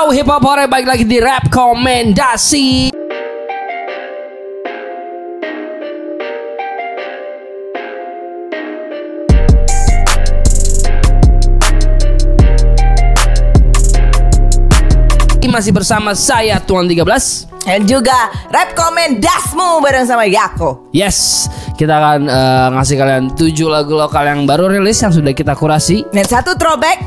Halo hip hop hore, balik lagi di Rekomendasi. Masih bersama saya Tuan 13 dan juga Rekomendasmu bareng sama Yako. Yes, kita akan ngasih kalian 7 lagu lokal yang baru rilis yang sudah kita kurasi. Dan satu throwback.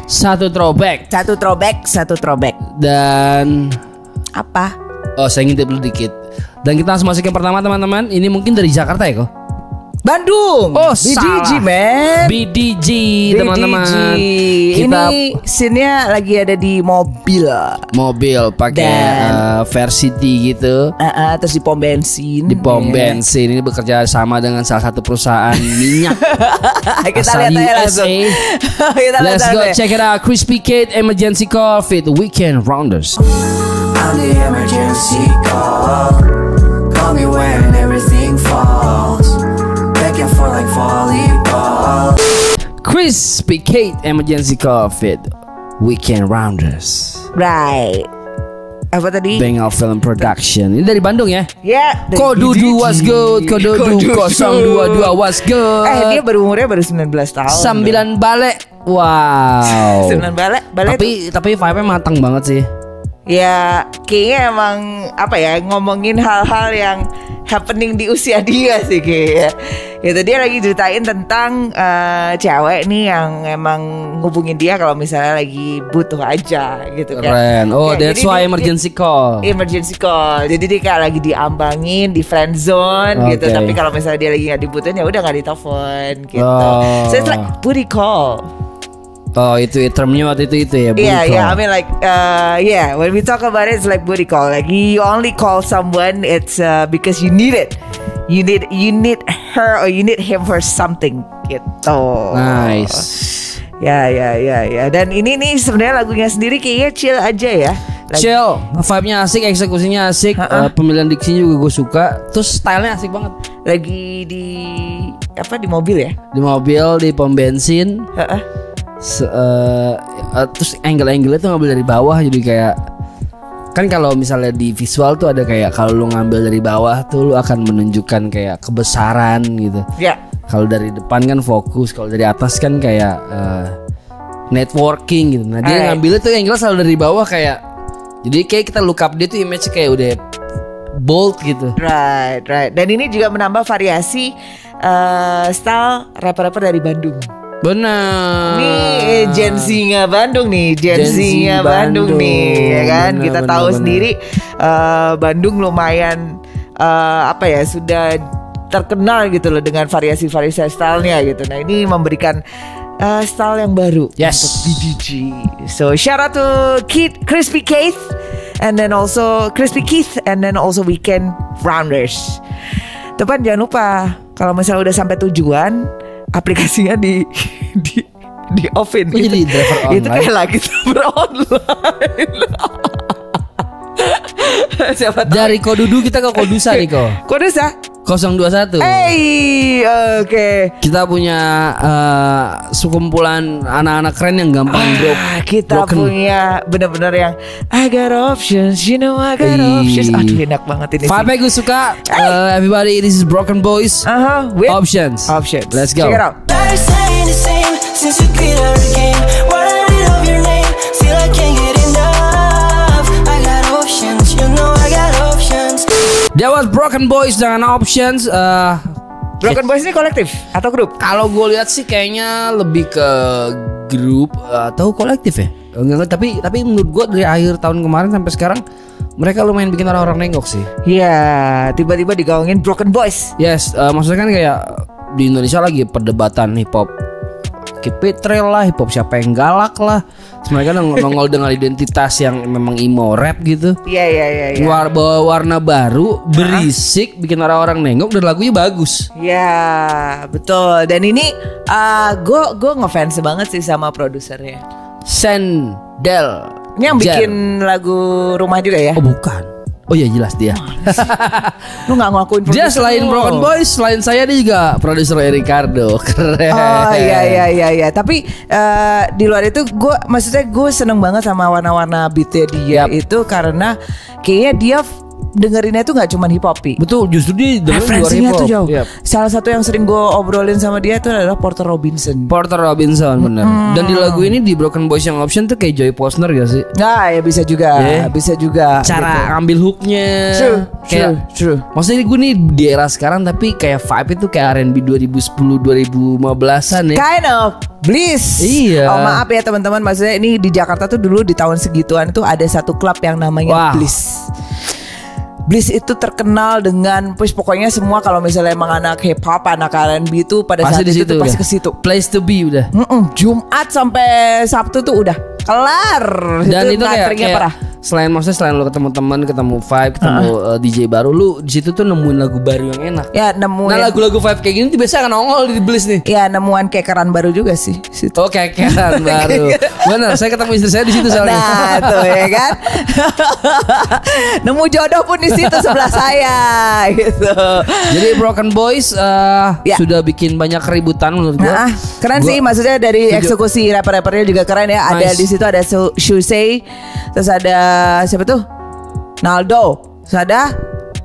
Dan apa? Oh, saya ngintip dulu dikit. Dan kita langsung masuk yang pertama, teman-teman. Ini mungkin dari Jakarta ya kok? Bandung. Oh, BDG salah. man. BDG, teman-teman. Kita... Ini scene-nya lagi ada di mobil pakai versi T gitu. Terus di pom bensin. Di pom bensin. Ini bekerja sama dengan salah satu perusahaan minyak kita asal lihat aja USA. langsung. Let's go check it out. Crispy Kate Emergency Call fit Weekend Rounders. I'm the emergency call. Call me when everything falls. Begging for like volleyball. Crispy Kate Emergency Call fit Weekend Rounders. Right. Apa tadi? Bengal Film Production. Ini dari Bandung ya? Ya. Kodudu was good. Kodudu 022 was good. Dia umurnya baru 19 tahun. 9 balik. Wow. 9 balik. Tapi vibe-nya matang banget sih. Ya kayaknya emang apa ya, ngomongin hal-hal yang happening di usia dia sih kayaknya. Itu dia lagi ceritain tentang cewek nih yang emang ngubungin dia kalau misalnya lagi butuh aja gitu kan. Keren. Oh, ya, that's why emergency call. Emergency call. Jadi dia kayak lagi diambangin, di friend zone gitu. Tapi kalau misalnya dia lagi nggak dibutuhin ya udah nggak ditelepon gitu. So it's like booty call. Oh, itu termnya waktu itu ya, booty call. Yeah. I mean like, when we talk about it, it's like booty call. Like you only call someone, it's because you need it. You need her or you need him for something gitu. Nice. Ya. Dan ini nih sebenarnya lagunya sendiri kayaknya chill aja ya. Chill, vibe-nya asik, eksekusinya asik, pemilihan diksinya juga gue suka. Terus stylenya asik banget. Lagi di mobil ya? Di mobil, di pom bensin. Terus angle-angle itu ngambil dari bawah, jadi kayak kan kalau misalnya di visual tuh ada kayak kalau lu ngambil dari bawah tuh lu akan menunjukkan kayak kebesaran gitu. Ya. Kalau dari depan kan fokus, kalau dari atas kan kayak networking gitu. Nah dia ngambilnya tuh angle selalu dari bawah kayak, jadi kayak kita look up dia tuh image kayak udah bold gitu. Right. Dan ini juga menambah variasi style rapper-rapper dari Bandung. Benar. Nih Gen Z-nya Bandung nih, ya kan. Kita tahu sendiri Bandung lumayan sudah terkenal gitu loh dengan variasi-variasi stylenya gitu. Nah ini memberikan style yang baru untuk BDG. So shout out to Crispy Keith and then also Weekend Rounders. Teman jangan lupa kalau misalnya udah sampai tujuan, aplikasinya di offin gitu. Jadi driver online. Itu kayak lagi driver online. Siapa tahu. Dari Kodudu kita ke Kodusa nih kok. Kodusa 021. Oke. Kita punya sekumpulan anak-anak keren yang gampang kita broken. punya benar-benar yang I got options, you know I got options. Aduh enak banget ini. Vibe gue suka. Everybody, this is Broken Boys. With Options. Let's go. Check it out. Better saying the same since you quit out the game. When I read of your name, feel I can't get enough. I got options, you know I got options. That was Broken Boys dengan Options. Broken Boys ini kolektif atau grup? Kalau gue lihat sih kayaknya lebih ke grup atau kolektif ya. Enggak, tapi menurut gue dari akhir tahun kemarin sampai sekarang mereka lumayan bikin orang-orang nengok sih. Iya, tiba-tiba digaungin Broken Boys. Yes, maksudnya kan kayak di Indonesia lagi perdebatan hip hop Keep It Real lah, hip hop siapa yang galak lah. Mereka nongol dengan identitas yang memang emo rap gitu. Iya. Bawa warna baru, berisik, bikin orang-orang nengok dan lagunya bagus. Ya, betul. Dan ini gue ngefans banget sih sama produsernya. Sendel. Ini yang bikin lagu Rumah juga ya? Oh bukan. Oh iya jelas dia. Lu gak ngakuin Dia produser selain lu. Broken Boys, selain saya dia juga produser Ricardo. Keren. Oh iya. Tapi di luar itu maksudnya gue seneng banget sama warna-warna beatnya dia itu karena kayaknya dia dengerinnya tuh nggak cuma hip hop. Betul, justru dia dengerin luar referensinya hip hop. tuh jauh. Yep. Salah satu yang sering gue obrolin sama dia itu adalah Porter Robinson. Porter Robinson bener. Dan di lagu ini di Broken Boys yang option tuh kayak Joy Posner gak sih? Nah ya bisa juga, bisa juga. Cara ngambil hooknya. True. Maksudnya gue nih di era sekarang tapi kayak vibe itu kayak R&B 2010 2015-an ya. Kind of Bliss. Iya. Oh maaf ya teman-teman, maksudnya ini di Jakarta tuh dulu di tahun segituan tuh ada satu klub yang namanya Bliss. Bliss itu terkenal dengan pokoknya semua kalau misalnya emang anak hip hop, anak R&B itu pada Pasti saat di itu situ tuh pasti udah. ke situ. Place to be udah. Jumat sampai Sabtu tuh udah kelar. Dan itu kayak parah. selain lu ketemu teman, ketemu vibe, ketemu DJ baru, lu di situ tuh nemuin lagu baru yang enak. Ya nemuin. Nah lagu-lagu vibe kayak gini tuh biasa kan nongol di Bliss nih. Ya nemuan kekeran baru juga sih situ. Oh kekeran baru. Benar, saya ketemu istri saya di situ soalnya. Nah tuh ya kan. Nemu jodoh pun di situ sebelah saya gitu. Jadi Broken Boys sudah bikin banyak keributan menurut gue. Keren sih, maksudnya dari eksekusi rapper-rappernya juga keren ya. Ada di situ ada Shusei, terus ada siapa tuh? Naldo, terus ada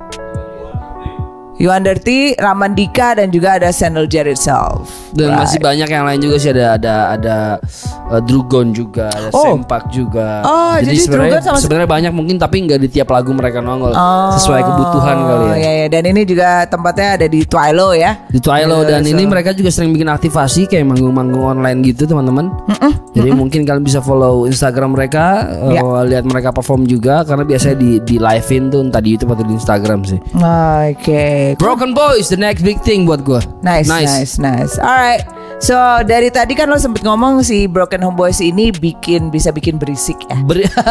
Yuan Dirty, Ramandika dan juga ada Sandal Jet itself. Dan masih banyak yang lain juga sih, ada Drugon juga, ada Sempak juga. Jadi sebenarnya banyak mungkin tapi nggak di tiap lagu mereka nongol sesuai kebutuhan kali ya. Iya. Dan ini juga tempatnya ada di Twilo ya. Di Twilo dan ini mereka juga sering bikin aktivasi kayak manggung-manggung online gitu teman-teman. Jadi mungkin kalian bisa follow Instagram mereka, lihat mereka perform juga karena biasanya di live-in tuh entah di YouTube atau di Instagram sih. Oke. Broken Boys the next big thing buat gue. Nice. Alright. So dari tadi kan lo sempet ngomong si Broken Homeboys ini bisa bikin berisik ya.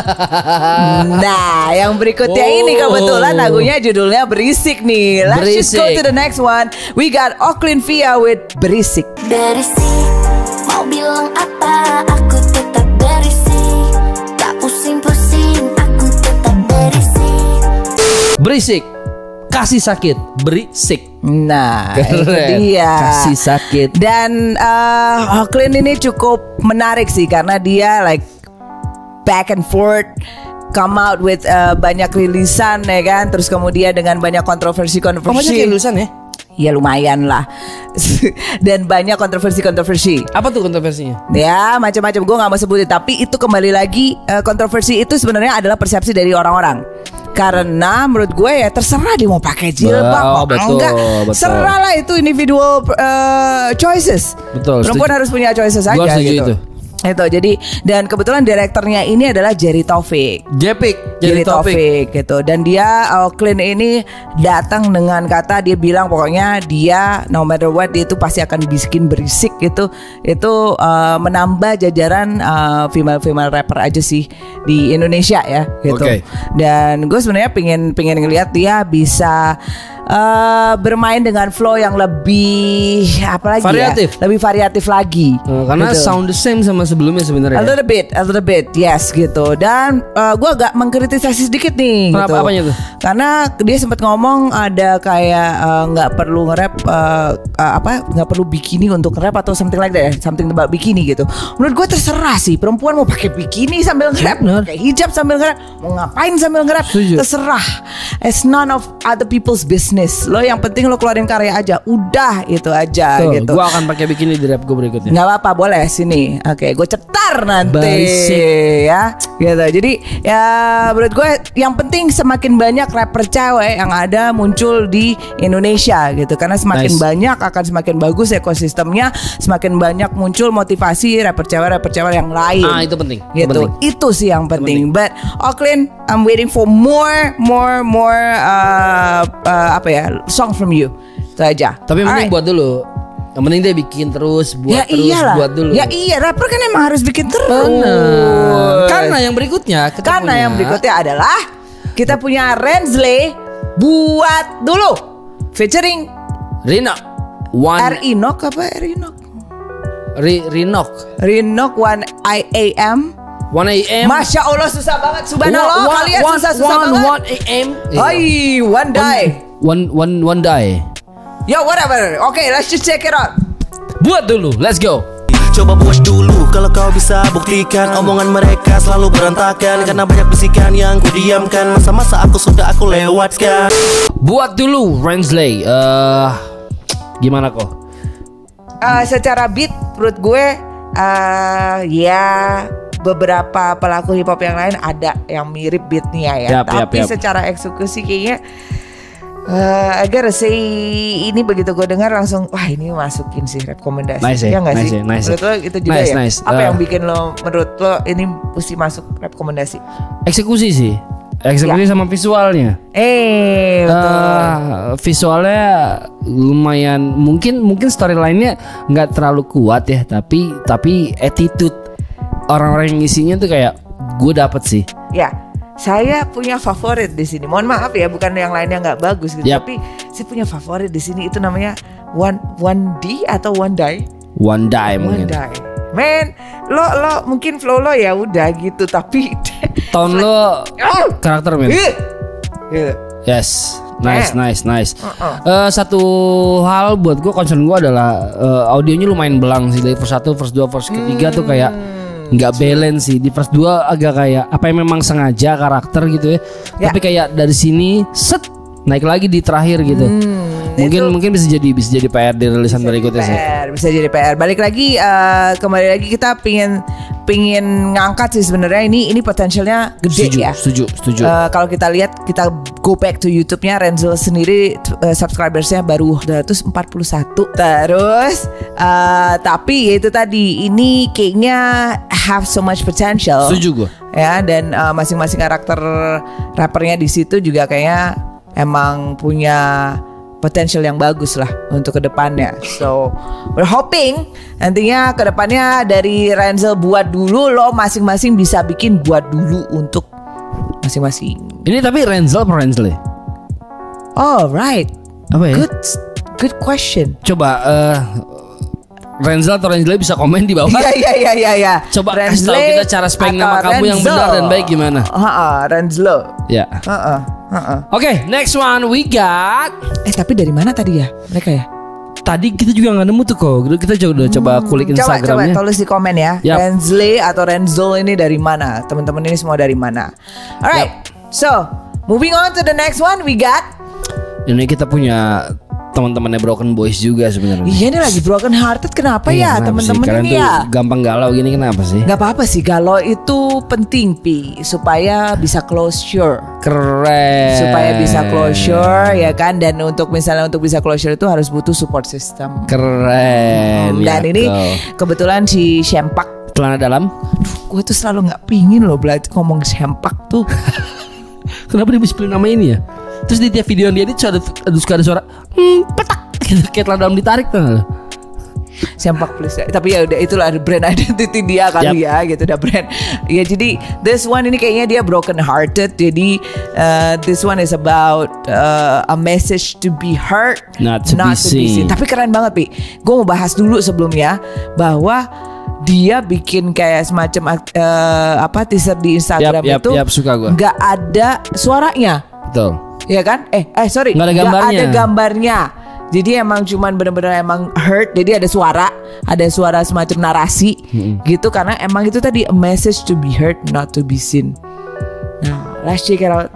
Nah yang berikutnya ini kebetulan lagunya judulnya Berisik nih. Let's just go to the next one. We got Oaklyn Via with Berisik. Berisik, mau bilang apa, aku tetap berisik. Tak pusing-pusing, aku tetap berisik. Berisik, kasih sakit, berisik. Nah Keren. itu dia, kasih sakit. Dan Oaklyn ini cukup menarik sih karena dia like back and forth, come out with banyak rilisan ya kan. Terus kemudian dengan banyak kontroversi. Banyak rilisan ya? Ya lumayan lah. Dan banyak kontroversi. Apa tuh kontroversinya? Ya macam-macam, gue gak mau sebutin. Tapi itu kembali lagi, kontroversi itu sebenarnya adalah persepsi dari orang-orang. Karena menurut gue ya terserah dia mau pakai jilbab enggak. Serah lah, itu individual choices. Betul. Perempuan harus punya choices aja gitu. Itu jadi, dan kebetulan direkturnya ini adalah Jerry Taufik gitu. Dan dia Oaklyn ini datang dengan kata, dia bilang pokoknya dia no matter what dia itu pasti akan bikin berisik gitu. Itu menambah jajaran female rapper aja sih di Indonesia ya gitu. Dan gue sebenarnya pengen ngelihat dia bisa bermain dengan flow yang lebih variatif. Lebih variatif lagi. Karena gitu. Sound the same sama sebelumnya sebenarnya. A little bit, yes gitu. Dan gue agak mengkritisasi sedikit nih. Kenapa? Gitu. Apanya tuh? Karena dia sempat ngomong ada kayak nggak perlu nge-rap nggak perlu bikini untuk nge-rap atau something like that, something about bikini gitu. Menurut gue terserah sih, perempuan mau pakai bikini sambil nge-rap, pakai hijab sambil nge-rap, mau ngapain sambil nge-rap, terserah. It's none of other people's business. Lo yang penting lo keluarin karya aja, udah itu aja. Tuh, gitu. Gue akan pakai bikini di rap gue berikutnya. Nggak apa-apa, boleh sini. Oke, gue cetar nanti ya. Gitu. Jadi ya menurut gue yang penting semakin banyak rapper cewek yang ada muncul di Indonesia gitu. Karena semakin banyak akan semakin bagus ekosistemnya, semakin banyak muncul motivasi rapper cewek yang lain. Itu penting. Gitu. Itu sih yang penting. But Oaklyn, I'm waiting for more song from you. Itu aja. Tapi mending buat dulu. Yang penting dia bikin terus, buat buat dulu. Ya iya, rapper kan emang harus bikin terus. Bener. Karena yang berikutnya adalah kita punya Rensley buat dulu featuring Rinok. Rinok apa Rinok? Rinok 1 IAM 1 AM. Masya Allah susah banget. Subhanallah kalian susah banget. 1 AM. Hai, one day. One day. Yo, whatever. Okay, let's just check it out. Buat dulu, let's go. Coba buat dulu kalau kau bisa buktikan omongan mereka selalu berantakan karena banyak bisikan yang ku diamkan. Masa-masa aku sudah aku lewatkan. Buat dulu Rensley. Gimana kok? Secara beat menurut gue ya beberapa pelaku hip hop yang lain ada yang mirip beatnya ya. Tapi secara eksekusi kayaknya I gotta say ini begitu gue dengar langsung wah ini masukin sih rekomendasi. Ya nggak sih? Menurut lo itu juga ya? Apa yang bikin lo menurut lo ini mesti masuk rekomendasi? Eksekusi sih. Eksekusi sama visualnya. Betul. Visualnya lumayan mungkin storyline-nya nggak terlalu kuat ya, tapi attitude orang-orang yang isinya tuh kayak gue dapet sih. Ya. Saya punya favorit di sini. Mohon maaf ya, bukan yang lainnya nggak bagus gitu. Tapi saya punya favorit di sini itu namanya One D atau One Die. One Die mungkin. One Die. Man, lo mungkin flow lo ya udah gitu, tapi tone lo karakter men. Yes, nice. Satu hal buat gue, concern gue adalah audionya lumayan belang sih dari verse 1, verse 2, verse ketiga tuh kayak nggak balance sih. Di verse 2 agak kayak apa yang memang sengaja karakter gitu ya. Tapi kayak dari sini set naik lagi di terakhir gitu. Mungkin bisa jadi PR di rilisan berikutnya sih. Bisa jadi PR. Balik lagi kembali lagi kita pingin ngangkat sih sebenarnya ini potensialnya gede. Setuju. Kalau kita lihat, kita go back to YouTube-nya Renzel sendiri, subscribersnya baru 241. Terus tapi itu tadi ini kayaknya have so much potential. Setuju gue. Ya, dan masing-masing karakter rappernya di situ juga kayaknya emang punya potential yang bagus lah untuk kedepannya. So we're hoping nantinya kedepannya dari Renzel buat dulu, lo masing-masing bisa bikin buat dulu untuk masing-masing. Ini tapi Renzel apa Renzel? Oh right. Apa ya? Good question. Coba Renzel atau Renzel bisa komen di bawah. Iya. Coba kasih tahu kita cara spelling nama kamu yang benar dan baik gimana. Renzel. Ya. Oke, next one we got. Tapi dari mana tadi ya mereka ya? Tadi kita juga nggak nemu tuh kok. Kita udah coba kulik Instagramnya. Coba tulis di komen ya. Renzel atau Renzel ini dari mana? Teman-teman ini semua dari mana? Alright. So moving on to the next one we got. Ini kita punya teman-temannya Broken Boys juga sebenarnya. Iya, ini lagi broken hearted. Kenapa ya teman-teman ini ya? Gampang galau gini kenapa sih? Gak apa-apa sih, galau itu penting Pi, supaya bisa closure. Keren. Supaya bisa closure ya kan. Dan untuk bisa closure itu harus butuh support system. Keren. Dan ini kebetulan si Shempak celana dalam. Gue tuh selalu gak pingin loh belajar ngomong Shempak tuh. Kenapa dia bisa pilih nama ini ya? Terus di tiap video dia suka ada suara petak gitu, kayak celana dalam ditarik tuh. Sempak please. Tapi ya udah itulah brand identity dia kali ya gitu, udah brand. Ya jadi this one ini kayaknya dia broken hearted. Jadi this one is about a message to be heard, not to be seen. Tapi keren banget Pi. Gue mau bahas dulu sebelumnya bahwa dia bikin kayak semacam teaser di Instagram itu suka gua. Nggak ada suaranya. Betul. Iya kan? Sorry, nggak ada gambarnya. Jadi emang cuman bener-bener emang heard. Jadi ada suara semacam narasi gitu, karena emang itu tadi a message to be heard, not to be seen. Nah, let's check out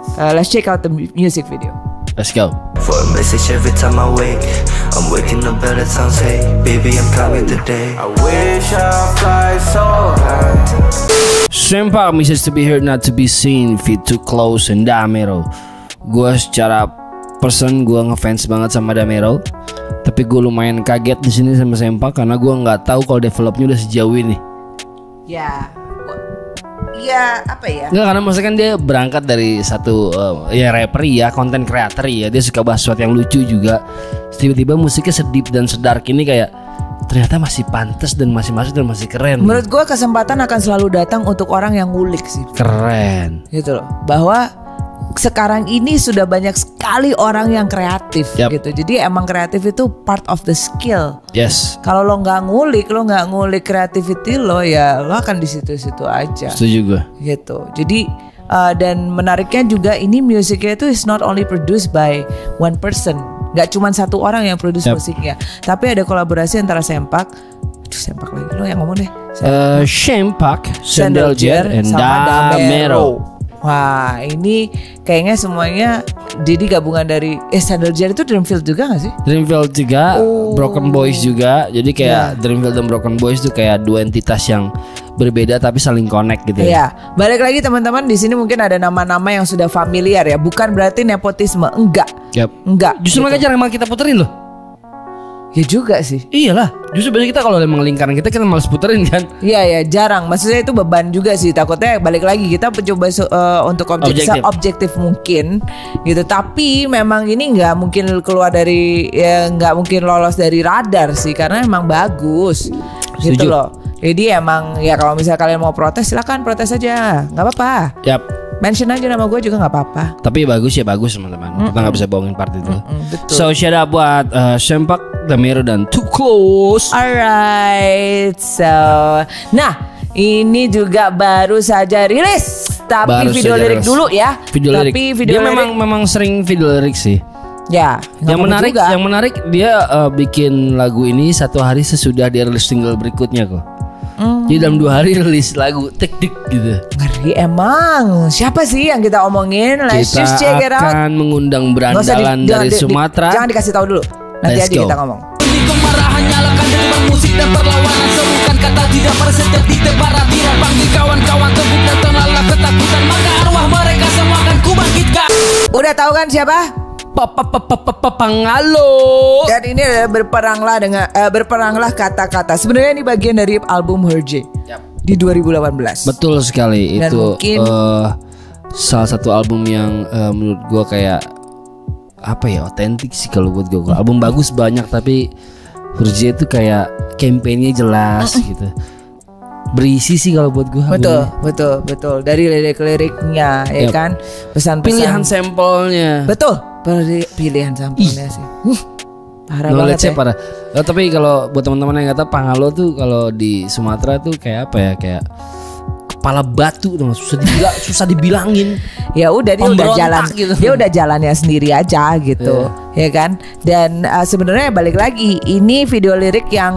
the music video. Let's go. For a message every time I wake, I'm waking up at the sounds, hey, baby I'm coming today. I wish I fly so high. Sempak, message to be heard, not to be seen, feet too close and Damero. Gue secara gue ngefans banget sama Damero, tapi gue lumayan kaget di sini sama Sempak karena gue nggak tahu kalau developnya udah sejauh ini. Ya apa ya? Nggak, karena maksudnya kan dia berangkat dari satu rapper ya, content creator ya, dia suka bahas sesuatu yang lucu juga. Tiba-tiba musiknya sedip dan sedark ini kayak ternyata masih pantas dan masih masuk dan masih keren. Menurut gue kesempatan akan selalu datang untuk orang yang ngulik sih. Keren. Gitu loh, bahwa sekarang ini sudah banyak sekali orang yang kreatif Yap. gitu. Jadi emang kreatif itu part of the skill. Yes. Kalau lo nggak ngulik creativity lo, ya lo akan di situ-situ aja. Setuju gue. Gitu. Jadi dan menariknya juga ini musiknya itu is not only produced by one person. Gak cuma satu orang yang produce musiknya, tapi ada kolaborasi antara Sempak lagi lo yang ngomong deh. Sempak, Sendeljer, and Damero. Wah, ini kayaknya semuanya jadi gabungan dari Sendeljer itu Dreamfield juga gak sih? Dreamfield juga, Broken Boys juga. Jadi kayak Dreamfield dan Broken Boys itu kayak dua entitas yang berbeda tapi saling connect gitu ya. Iya, balik lagi teman-teman, di sini mungkin ada nama-nama yang sudah familiar ya, bukan berarti nepotisme, enggak. Enggak. Justru mereka jarang malah kita puterin loh. Ya juga sih. Iyalah, justru biasanya kita kalau emang lingkaran kita malas puterin kan. Iya ya, jarang. Maksudnya itu beban juga sih. Takutnya balik lagi kita mencoba untuk objektif mungkin gitu. Tapi memang ini nggak mungkin keluar dari nggak mungkin lolos dari radar sih, karena emang bagus. Gitu loh. Jadi emang ya kalau misalnya kalian mau protes, silakan protes aja, nggak apa-apa. Mention aja nama gue juga nggak apa-apa. Tapi bagus teman-teman. Kita nggak bisa bohongin part itu. Betul. So shout out buat Sempak, Damero dan Too Close. Alright, so nah ini juga baru saja rilis, tapi video lirik dulu ya. Tapi video dia lirik memang sering video lirik sih. Ya, yang menarik dia bikin lagu ini satu hari sesudah dia rilis single berikutnya kok. Jadi dalam 2 hari rilis lagu tik-tik gitu. Ngeri emang. Siapa sih yang kita omongin? Let's just check it out. Kita akan mengundang berandalan dari Sumatera. Jangan dikasih tahu dulu. Nanti aja kita ngomong. Kemarahan nyalakan ritme musik dan perlawanan. Serukan kata tidak bersetia dikte barat. Tidak panggil kawan-kawan tepuk dan tenalah ketakutan. Maka arwah mereka semua akan kubangkitkan. Udah tahu kan siapa? Pangalo. Dan ini adalah berperanglah kata-kata. Sebenarnya ini bagian dari album Herje di 2018. Betul sekali. Dan itu mungkin salah satu album yang menurut gue kayak apa ya, otentik sih kalau buat gue. Album bagus banyak tapi Herje itu kayak kampanye jelas gitu. Berisi sih kalau buat gue. Betul. Dari lirik-liriknya ya kan, pesan-pesan, pilihan sampelnya. Betul. Pilihan sampelnya sih. Parah banget ya. Parah. Tapi kalau buat teman-teman yang kata Pangalo tuh kalau di Sumatera tuh kayak apa ya, kayak kepala batu tuh, susah dibilangin. Ya udah dia udah jalan gitu. Dia udah jalannya sendiri aja gitu. Ya kan? Dan sebenarnya balik lagi, ini video lirik yang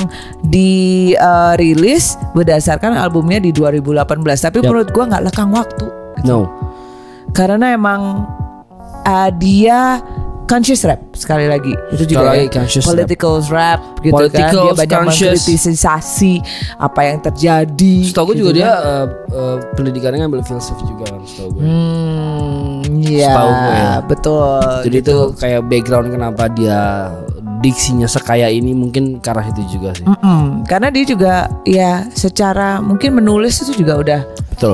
dirilis berdasarkan albumnya di 2018. Tapi menurut gua nggak lekang waktu gitu. No. Karena emang dia conscious rap sekali lagi itu juga political rap gitu kan, dia banyak mengkritisasi apa yang terjadi. Setahu gue gitu juga kan. Dia pendidikannya ngambil filsuf juga kan, setahu gue. Iya, betul. Jadi itu kayak background kenapa dia diksinya sekaya ini mungkin ke arah itu juga sih. Karena dia juga ya secara mungkin menulis itu juga udah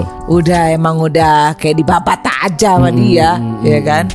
kayak dibabat aja sama dia, ya kan.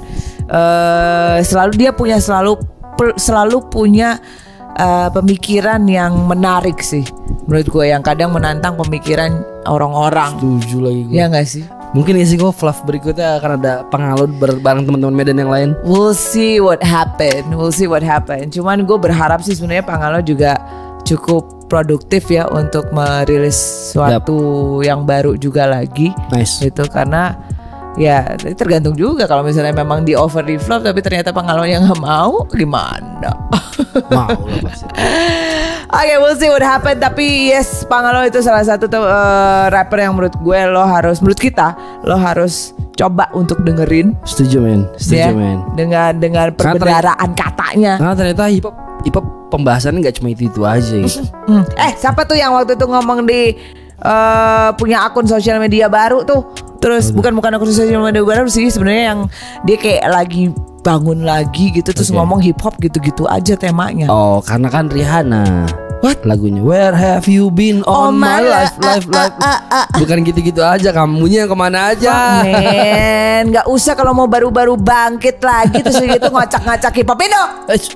Selalu punya pemikiran yang menarik sih menurut gue, yang kadang menantang pemikiran orang-orang. Setuju lagi gue. Ya nggak sih? Mungkin ya sih kok fluff berikutnya akan ada Pangalo bareng teman-teman Medan yang lain. We'll see what happen. Cuman gue berharap sih sebenarnya Pangalo juga cukup produktif ya untuk merilis suatu yang baru juga lagi. Nice. Gitu, karena ya tergantung juga kalau misalnya memang di over di flop tapi ternyata Pangalo yang nggak mau, gimana? Mau lah pasti. Oke, we'll see what happen. Tapi yes, Pangalo itu salah satu rapper yang menurut kita harus coba untuk dengerin. Setuju men. Dengan perbendaharaan katanya. Karena ternyata hip hop pembahasannya nggak cuma itu aja gitu. Siapa tuh yang waktu itu ngomong di punya akun sosial media baru tuh? Terus bukan akun sosial media baru sih sebenarnya, yang dia kayak lagi bangun lagi gitu, terus ngomong hip hop gitu-gitu aja temanya. Oh, karena kan Rihanna. What? Lagunya Where Have You Been on My Life. Bukan gitu-gitu aja, kamunya kemana aja? Men, nggak usah kalau mau baru-baru bangkit lagi terus gitu ngacak-ngacak hip hop itu.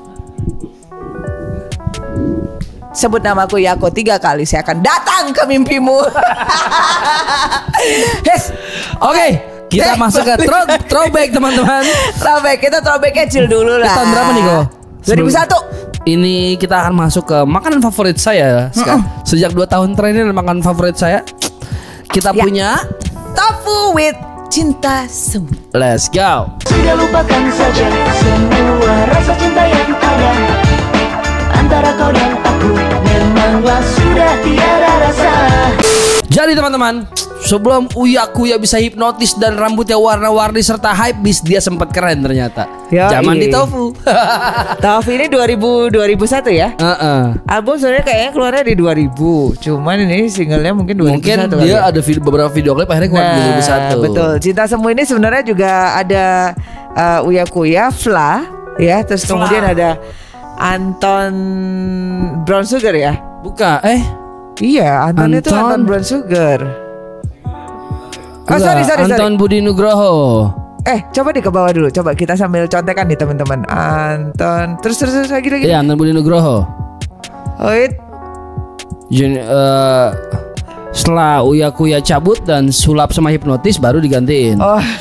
Sebut namaku Yako 3 kali, saya akan datang ke mimpimu. Oke, Kita masuk ke throwback teman-teman. Kita throwback kecil dulu lah. Tahun berapa nih kok? 2001. Ini kita akan masuk ke makanan favorit saya sejak 2 tahun terakhir makanan favorit saya. Kita punya tofu with cinta semu. Let's go. Sudah lupakan saja semua rasa cinta yang ada antara kau dan aku, memanglah sudah tiada rasa. Jadi teman-teman, sebelum Uya Kuya bisa hipnotis dan rambutnya warna-warni serta hype beast, dia sempat keren ternyata. Zaman di Tofu. Tofu ini 2001 ya? Album sebenarnya kayaknya keluarnya di 2000. Cuman ini singlenya mungkin 2001. Mungkin dia ada beberapa video klip akhirnya keluar di 2001. Betul. Cinta Semu ini sebenarnya juga ada Uya Kuya, Fla, ya. Terus kemudian ada Anton Brown Sugar ya? Bukan, Iya, Anton itu Anton Brown Sugar. Sorry. Anton Budi Nugroho. Coba ke bawah dulu. Coba kita sambil contekan nih teman-teman. Anton, terus lagi. Iya, Anton Budi Nugroho. Setelah Uya Kuya cabut dan sulap sama hipnotis baru digantiin.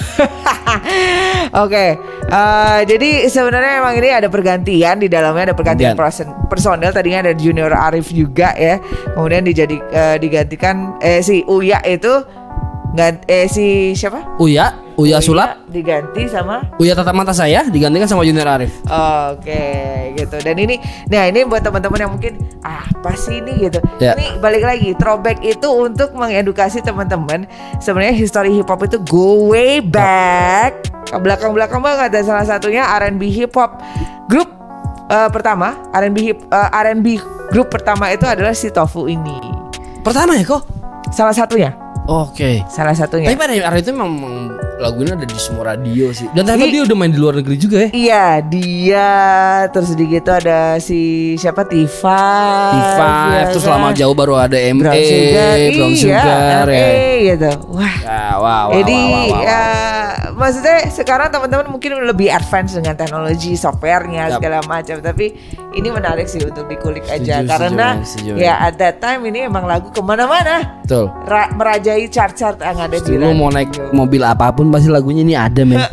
Oke. Jadi sebenarnya emang ini ada pergantian di dalamnya, ada pergantian personel. Tadinya ada Junior Arif juga ya. Kemudian digantikan si Uya itu si siapa? Uya sulap diganti sama Uya Tatap Mata Saya digantikan sama Junior Arif. Oke, gitu. Dan ini buat teman-teman yang mungkin apa sih ini gitu. Ya. Ini balik lagi, throwback itu untuk mengedukasi teman-teman. Sebenarnya history hip hop itu go way back, belakang banget. Dan salah satunya R&B hip hop grup pertama, R&B grup pertama itu adalah si Tofu ini. Pertama ya kok? Salah satunya. Oke. Salah satunya. Tapi pada era itu memang lagunya ada di semua radio sih. Dan ternyata dia udah main di luar negeri juga ya. Iya, dia terus di gitu ada si siapa Tifa terus lama jauh baru ada Brown Sugar ya. Gitu. Wah. Jadi maksudnya sekarang teman-teman mungkin lebih advance dengan teknologi softwarenya segala macam, tapi ini menarik sih untuk dikulik aja karena ya at that time ini emang lagu kemana-mana. Betul. Merajai chart-chart yang ada di radio. Mau naik mobil apapun pasti lagunya ini ada men.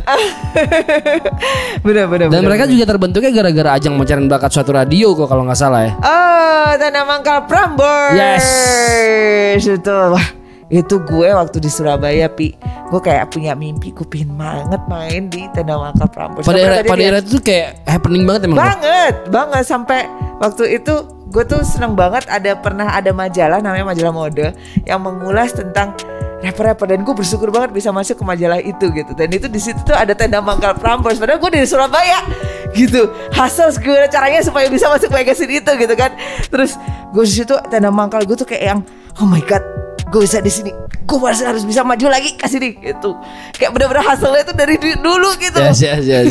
Bener. Dan mereka juga terbentuknya gara-gara ajang mencari bakat suatu radio kok kalau nggak salah ya. Tanah Mangkal Prambors. Yes. Itu itu gue waktu di Surabaya gue kayak punya mimpi, gue pengen banget main di Tanah Mangkal Prambors. Pada era itu kayak happening banget emang. Banget sampai waktu itu gue tuh seneng banget pernah ada majalah namanya majalah mode yang mengulas tentang rapper-rapper, dan gue bersyukur banget bisa masuk ke majalah itu gitu. Dan itu di situ tuh ada Tenda Mangkal Prambors, padahal gue dari Surabaya gitu. Hasil segala caranya supaya bisa masuk magazine itu gitu kan. Terus gue di situ Tenda Mangkal, gue tuh kayak yang oh my god, gue bisa di sini, gue harus bisa maju lagi ke sini gitu. Kayak bener-bener hasilnya itu dari dulu gitu. Yes.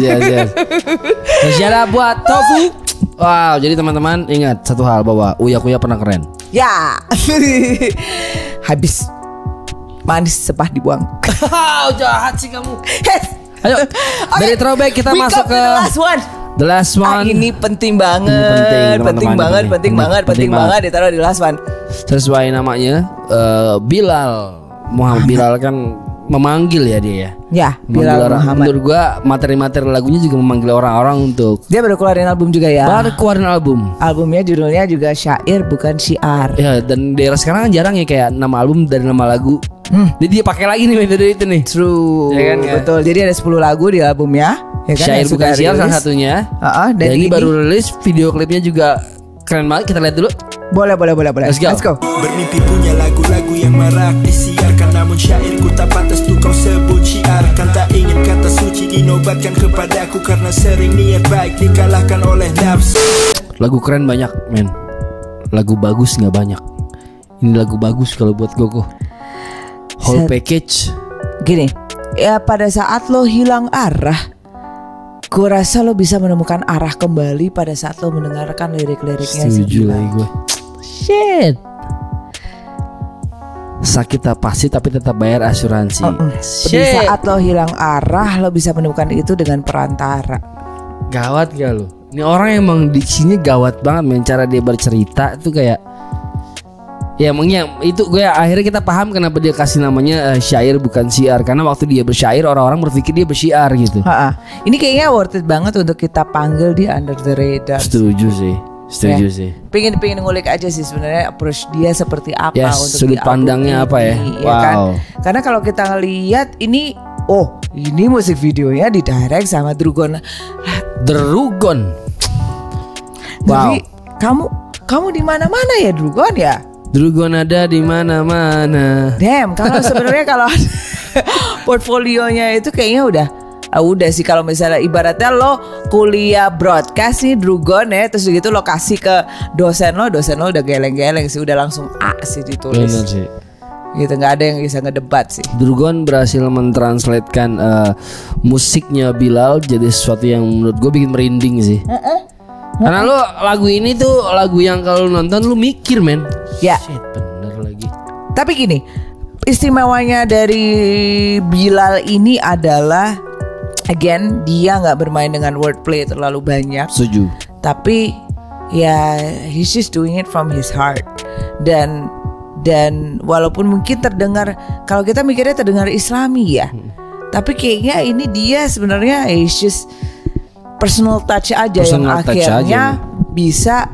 Spesial buat Tofu. Wow, jadi teman-teman ingat satu hal bahwa Uya Kuya pernah keren. Ya. Habis manis sepah dibuang. Jahat sih kamu. Yes. Ayo, dari throwback kita masuk ke the last one. Ini penting banget, penting banget ditaruh di last one. Sesuai namanya, Muhammad Bilal kan memanggil ya dia ya. Ya, Bilal Muhammad. Menurut gua materi-materi lagunya juga memanggil orang-orang untuk. Dia baru keluarin album juga ya. Baru keluarin album. Albumnya judulnya juga Syair Bukan Syiar. Ya, dan di era sekarang kan jarang ya kayak nama album dari nama lagu. Jadi dia pakai lagi nih metode itu nih. True. Ya kan, betul. Jadi ada 10 lagu di albumnya. Ya kan, Syair Bukan Syiar salah satunya. Dan ini baru rilis, video klipnya juga keren banget. Kita lihat dulu. Boleh. Let's go. Bermimpi punya lagu-lagu yang marak disiarkan, namun syairku tak pantas tuh kau sebut syiar. Kan tak ingin kata suci dinobatkan kepadaku, karena sering niat baik dikalahkan oleh nafsu. Lagu keren banyak men, lagu bagus nggak banyak. Ini lagu bagus kalau buat Gogo. Whole package. Gini, ya pada saat lo hilang arah, gue rasa lo bisa menemukan arah kembali pada saat lo mendengarkan lirik-liriknya. Setuju lagi gue. Shit. Sakit tak pasti tapi tetap bayar asuransi. Di saat lo hilang arah, lo bisa menemukan itu dengan perantara. Gawat gak lo? Ini orang emang diksinya gawat banget men. Cara dia bercerita itu kayak Ya emangnya itu gue akhirnya kita paham kenapa dia kasih namanya syair bukan syiar, karena waktu dia bersyair orang-orang berpikir dia bersyiar gitu. Ini kayaknya worth it banget untuk kita panggil dia Under the Radar. Setuju sih. Pengen ngulik aja sih sebenarnya approach dia seperti apa untuk sudut pandangnya apa ya. Kan? Karena kalau kita ngelihat ini musik videonya di direct sama Drugon. Wow. Jadi kamu di mana-mana ya Drugon ya? Drugon ada di mana-mana. Damn, kalau sebenarnya kalau portfolionya itu kayaknya udah sih, kalau misalnya ibaratnya lo kuliah broadcast nih Drugon ya, terus gitu lo kasih ke dosen lo udah geleng-geleng sih, udah langsung A sih ditulis. Benar sih. Gitu, nggak ada yang bisa ngedebat sih. Drugon berhasil mentranslatekan musiknya Bilal jadi sesuatu yang menurut gue bikin merinding sih. Karena lo lagu ini tuh lagu yang kalau nonton lo mikir men. Ya. Shit, bener lagi. Tapi gini, istimewanya dari Bilal ini adalah again dia nggak bermain dengan wordplay terlalu banyak. Setuju. Tapi ya he's just doing it from his heart. Dan walaupun mungkin terdengar, kalau kita mikirnya terdengar Islami ya, tapi kayaknya ini dia sebenarnya he's just personal touch aja yang akhirnya bisa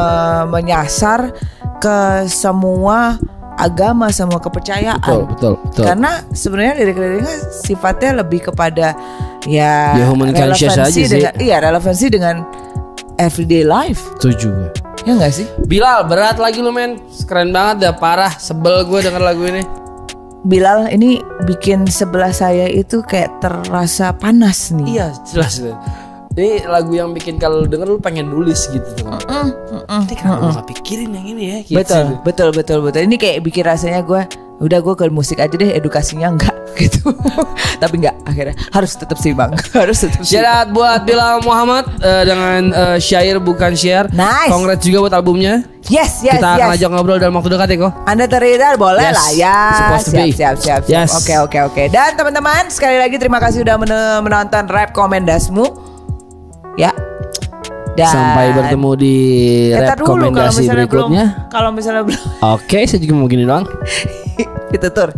menyasar ke semua agama, semua kepercayaan. Betul. Karena sebenarnya lirik-liriknya sifatnya lebih kepada ya human conscious aja sih. Relevansi dengan everyday life. Setuju gue. Ya nggak sih? Bilal berat lagi lu men. Keren banget dah, parah. Sebel gue denger lagu ini. Bilal ini bikin sebelah saya itu kayak terasa panas nih. Iya jelas. Ini lagu yang bikin kalau denger lu pengen nulis gitu tuh. Ini kenapa lu gak pikirin yang ini ya gitu. Betul. Ini kayak bikin rasanya gue ke musik aja deh, edukasinya enggak gitu. Tapi enggak, akhirnya harus tetap seimbang. Syarat buat Bilal Muhammad dengan syair bukan syiar. Nice. Congrats juga buat albumnya. Yes. Kita akan ajak ngobrol dalam waktu dekat ya kok. Anda terhindar boleh lah ya. Siap. Yes. Oke. Dan teman-teman sekali lagi terima kasih udah menonton Rap Komendasmu. Ya. Dan sampai bertemu di rekomendasi berikutnya. Kalau misalnya belum. Oke, saya juga mau gini doang. Itu tur.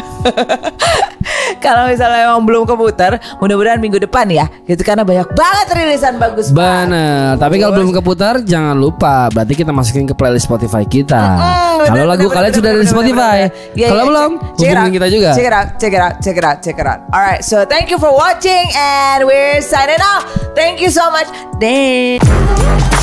Kalau misalnya emang belum keputar, mudah-mudahan minggu depan ya. Gitu, karena banyak banget rilisan bagus. Benar. Tapi kalau belum keputar, jangan lupa. Berarti kita masukin ke playlist Spotify kita. Kalau lagu kalian sudah ada di Spotify. Kalau belum, hubungin kita juga. Check it out. Alright, so thank you for watching and we're signing out. Thank you so much.